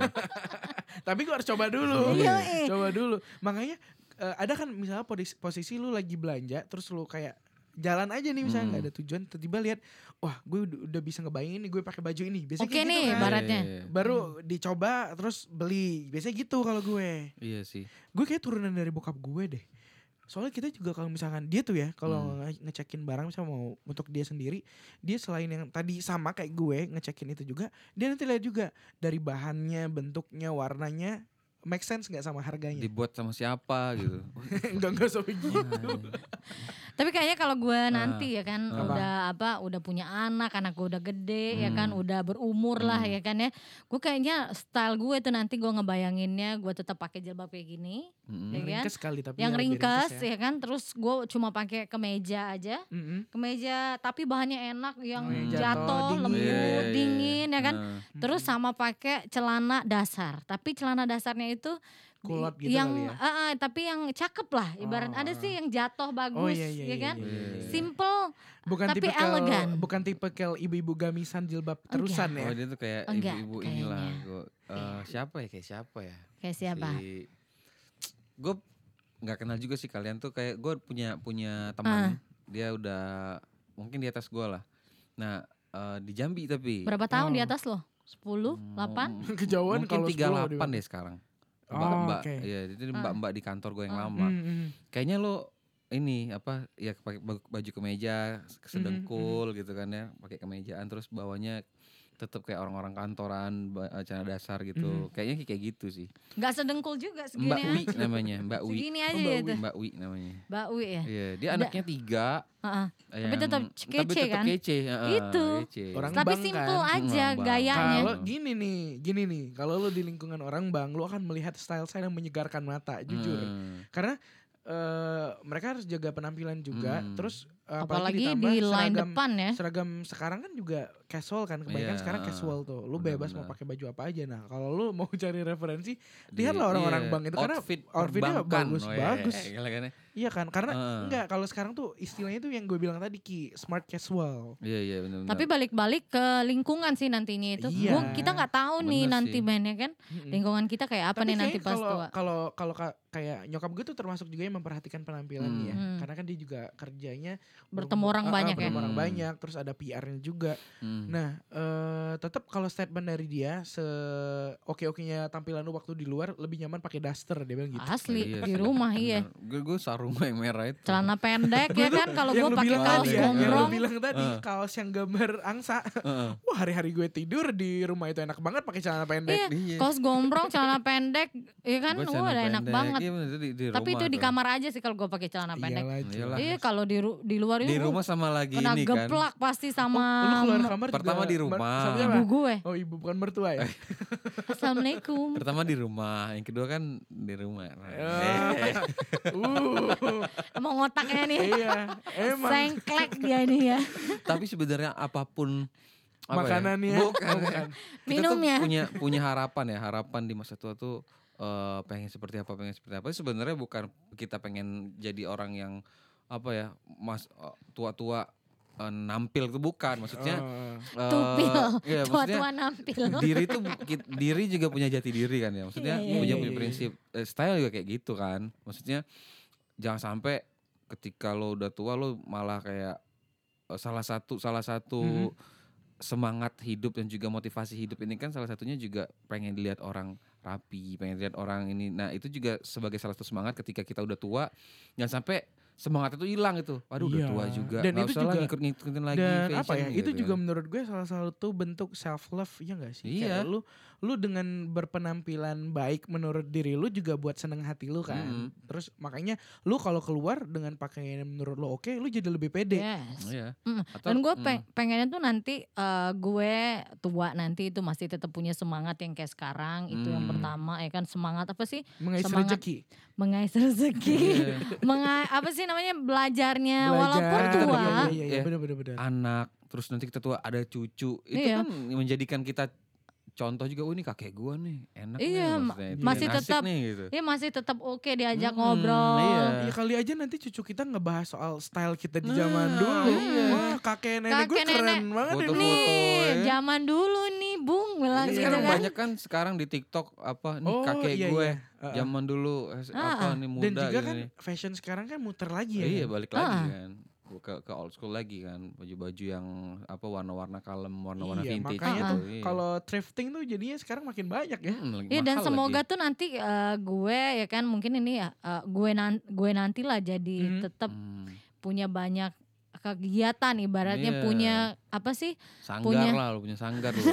Tapi gue harus coba dulu. Coba dulu. Makanya ada kan misalnya posisi lu lagi belanja terus lu kayak jalan aja nih misalnya nggak ada tujuan, tiba-tiba lihat wah gue udah bisa ngebayangin nih gue pakai baju ini, biasanya oke kayak nih gitu kan. Baratnya baru dicoba terus beli, biasanya gitu kalau gue. Iya sih, gue kayak turunan dari bokap gue deh, soalnya kita juga kalau misalkan dia tuh ya kalau ngecekin barang misalnya mau untuk dia sendiri, dia selain yang tadi sama kayak gue ngecekin itu juga, dia nanti lihat juga dari bahannya, bentuknya, warnanya make sense gak sama harganya, dibuat sama siapa gitu. Enggak sampai gitu. Tapi kayaknya kalau gue nanti ya kan udah punya anak gue udah gede ya kan, udah berumur lah ya kan ya, gue kayaknya style gue tuh nanti gue ngebayanginnya gue tetap pakai jilbab kayak gini, ya kan? Ringkes kali tapi yang ringkes ya kan, terus gue cuma pakai kemeja aja, kemeja tapi bahannya enak yang jatuh lembut dingin ya kan, terus sama pakai celana dasar, tapi celana dasarnya itu kulot gitu yang kali ya. Tapi yang cakep lah, ibarat ada sih yang jatuh bagus ya kan, simple tapi elegan. Bukan tipe ibu-ibu gamisan jilbab terusan ya. Oh dia tuh kayak ibu-ibu inilah. Siapa ya? Kayak siapa? Gue nggak kenal juga sih kalian tuh, kayak gue punya teman, dia udah mungkin di atas gue lah. Nah di Jambi tapi. Berapa tahun di atas lo? 10, 8? Kejauhan mungkin kalau 38 deh sekarang. Mbak, ya itu mbak di kantor gue yang lama. Kayaknya lo ini apa ya, pakai baju kemeja sedengkul gitu kan ya, pakai kemejaan terus bawahnya tetap kayak orang-orang kantoran, celana dasar gitu. Kayaknya kayak gitu sih. Gak sedengkul juga segini. Mbak Wi namanya, Mbak Wi. Segini aja gitu. Mbak Wi namanya. Mbak Wi ya. Iya, dia anaknya 3. Tapi tetap kece kan? Kece, itu. Kece. Orang tapi bang simple kan? aja gayanya. Kalau gini nih, kalau lo di lingkungan orang bang, lo akan melihat style yang menyegarkan mata, jujur. Karena mereka harus jaga penampilan juga, terus apalagi di line depan ya. Seragam sekarang kan juga casual kan, kebanyakan sekarang casual tuh. Lu bebas mau pakai baju apa aja. Nah, kalau lu mau cari referensi, lihatlah orang-orang bang itu, karena outfitnya bagus. Iya kan? Karena enggak, kalau sekarang tuh istilahnya tuh yang gue bilang tadi Ki, smart casual. Iya benar. Tapi balik-balik ke lingkungan sih nantinya itu. Kita nggak tahu nih nanti mainnya kan. Lingkungan kita kayak apa nih nanti pas tua. Kalau kayak nyokap gue tuh termasuk juga yang memperhatikan penampilan dia. Karena kan dia juga kerjanya bertemu orang banyak ya. Bertemu orang banyak, terus ada PR-nya juga. Nah, tetap kalau statement dari dia, oke-okenya tampilan lu waktu di luar lebih nyaman pakai duster, dia bilang gitu. Asli di rumah iya. Gue sarung yang merah itu. Celana pendek ya kan, kalau gue pakai kaos gombrong. Yang lu bilang tadi kaos yang gambar angsa. Wah, hari-hari gue tidur di rumah itu enak banget pakai celana pendek. Iya, kaos gombrong, celana pendek, ya kan, udah enak banget. Iya, tapi itu di kamar aja sih kalau gue pakai celana pendek. Iya, kalau di luar itu di rumah sama lagi kena ini kan. geplak pasti sama. Lu keluar kamar pertama di rumah. Ibu gue. Oh, ibu bukan mertua ya. Assalamualaikum. Pertama di rumah, yang kedua kan di rumah. Emang otaknya nih. Iya, emang. Sengklek dia nih ya. Tapi sebenarnya apapun makanannya, bukan. Minumnya. Kita tuh punya harapan di masa tua tuh pengen seperti apa. Sebenarnya bukan kita pengen jadi orang yang apa ya, tua-tua nampil tuh bukan, maksudnya tupil, ya, tua-tua nampil. Diri juga punya jati diri kan ya, maksudnya punya prinsip, style juga kayak gitu kan, maksudnya jangan sampai ketika lo udah tua lo malah kayak salah satu semangat hidup dan juga motivasi hidup ini kan salah satunya juga pengen dilihat orang rapi, pengen dilihat orang ini. Nah itu juga sebagai salah satu semangat ketika kita udah tua, jangan sampai semangat itu hilang itu. Waduh udah tua juga. Dan gak itu usah juga ngikut-ngikutin lagi dan fashion apa ya? gitu. Itu juga menurut gue salah satu bentuk self love ya gak sih? Iya. Kayak lu dengan berpenampilan baik menurut diri lu juga buat seneng hati lu kan. Terus makanya lu kalau keluar dengan pakaian yang menurut lu oke, lu jadi lebih pede. Yes. Iya. Dan gue pengennya tuh nanti gue tua nanti itu masih tetap punya semangat yang kayak sekarang. Itu yang pertama ya kan, semangat apa sih? Mengais Semangat rezeki. Mengais rezeki. Apa sih namanya, belajarnya walaupun tua. Iya, benar. Anak, terus nanti kita tua ada cucu. Itu kan menjadikan kita contoh juga, ini kakek gua nih enak iya, nih masih tetap nih gitu. Iya, masih tetap oke diajak ngobrol. Iya, kali aja nanti cucu kita ngebahas soal style kita di zaman dulu. Wah, kakek nenek gue keren banget foto-foto, nih. ya. Zaman dulu nih, Bung, bilang gitu Sekarang kan. banyak kan sekarang di TikTok apa nih kakek gue zaman dulu apa nih muda. Dan juga gitu kan nih. fashion sekarang kan muter lagi ya. Iya, balik lagi kan. Ke old school lagi kan, baju-baju yang apa warna-warna kalem, warna-warna vintage. Makanya gitu. tuh kalau thrifting tuh jadinya sekarang makin banyak ya. Iya, dan semoga tuh nanti gue ya kan mungkin ini ya gue nanti lah jadi tetap punya banyak kegiatan, ibaratnya punya apa sih? Sanggar lah, lu punya sanggar lu.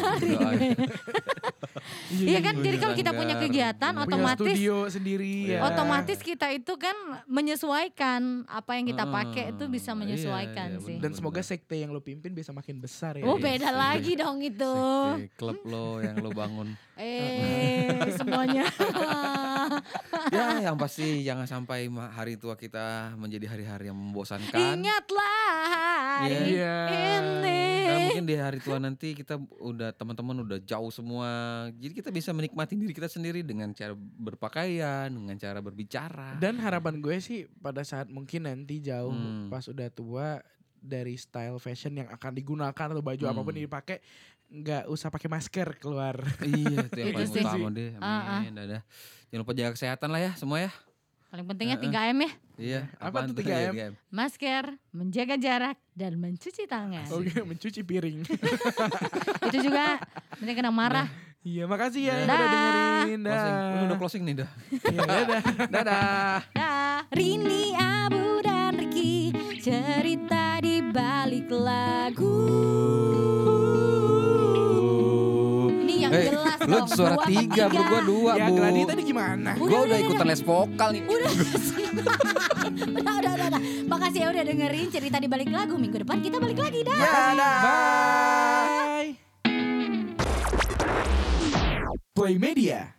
Iya kan, jadi kalau kita punya kegiatan otomatis studio sendiri ya. Otomatis kita itu kan menyesuaikan apa yang kita pakai itu bisa menyesuaikan sih. Dan semoga sekte yang lo pimpin bisa makin besar ya. Oh, beda lagi dong itu. Sekte klub lo yang lo bangun. Semuanya. Ya, yang pasti jangan sampai hari tua kita menjadi hari-hari yang membosankan. Ingatlah hari ini. Nah, mungkin di hari tua nanti kita udah teman-teman udah jauh semua. Jadi kita bisa menikmati diri kita sendiri dengan cara berpakaian, dengan cara berbicara. Dan harapan gue sih pada saat mungkin nanti jauh pas udah tua, dari style fashion yang akan digunakan atau baju apapun yang dipakai, nggak usah pakai masker keluar. Iya, itu yang Itu paling sih. utama deh. Amin. Dadah. Jangan lupa jaga kesehatan lah ya semua ya. Paling pentingnya 3M ya. Iya. Apa tuh 3M? Masker, menjaga jarak, dan mencuci tangan. Oke, mencuci piring. Itu juga nanti kena marah. Iya, makasih ya yang Dah. udah dengerin. Udah closing nih dah. Iya, dadah. Dadah. Dah. Rini, Abu, dan Ricky, cerita di balik lagu. Ini yang jelas Lu dong. suara 3, bro, gua 2, Ya, Bu. Gladi tadi gimana? Gua udah ikutan les vokal nih. Udah. Udah. Makasih ya udah dengerin cerita di balik lagu. Minggu depan kita balik lagi dah. Bye. Play Media.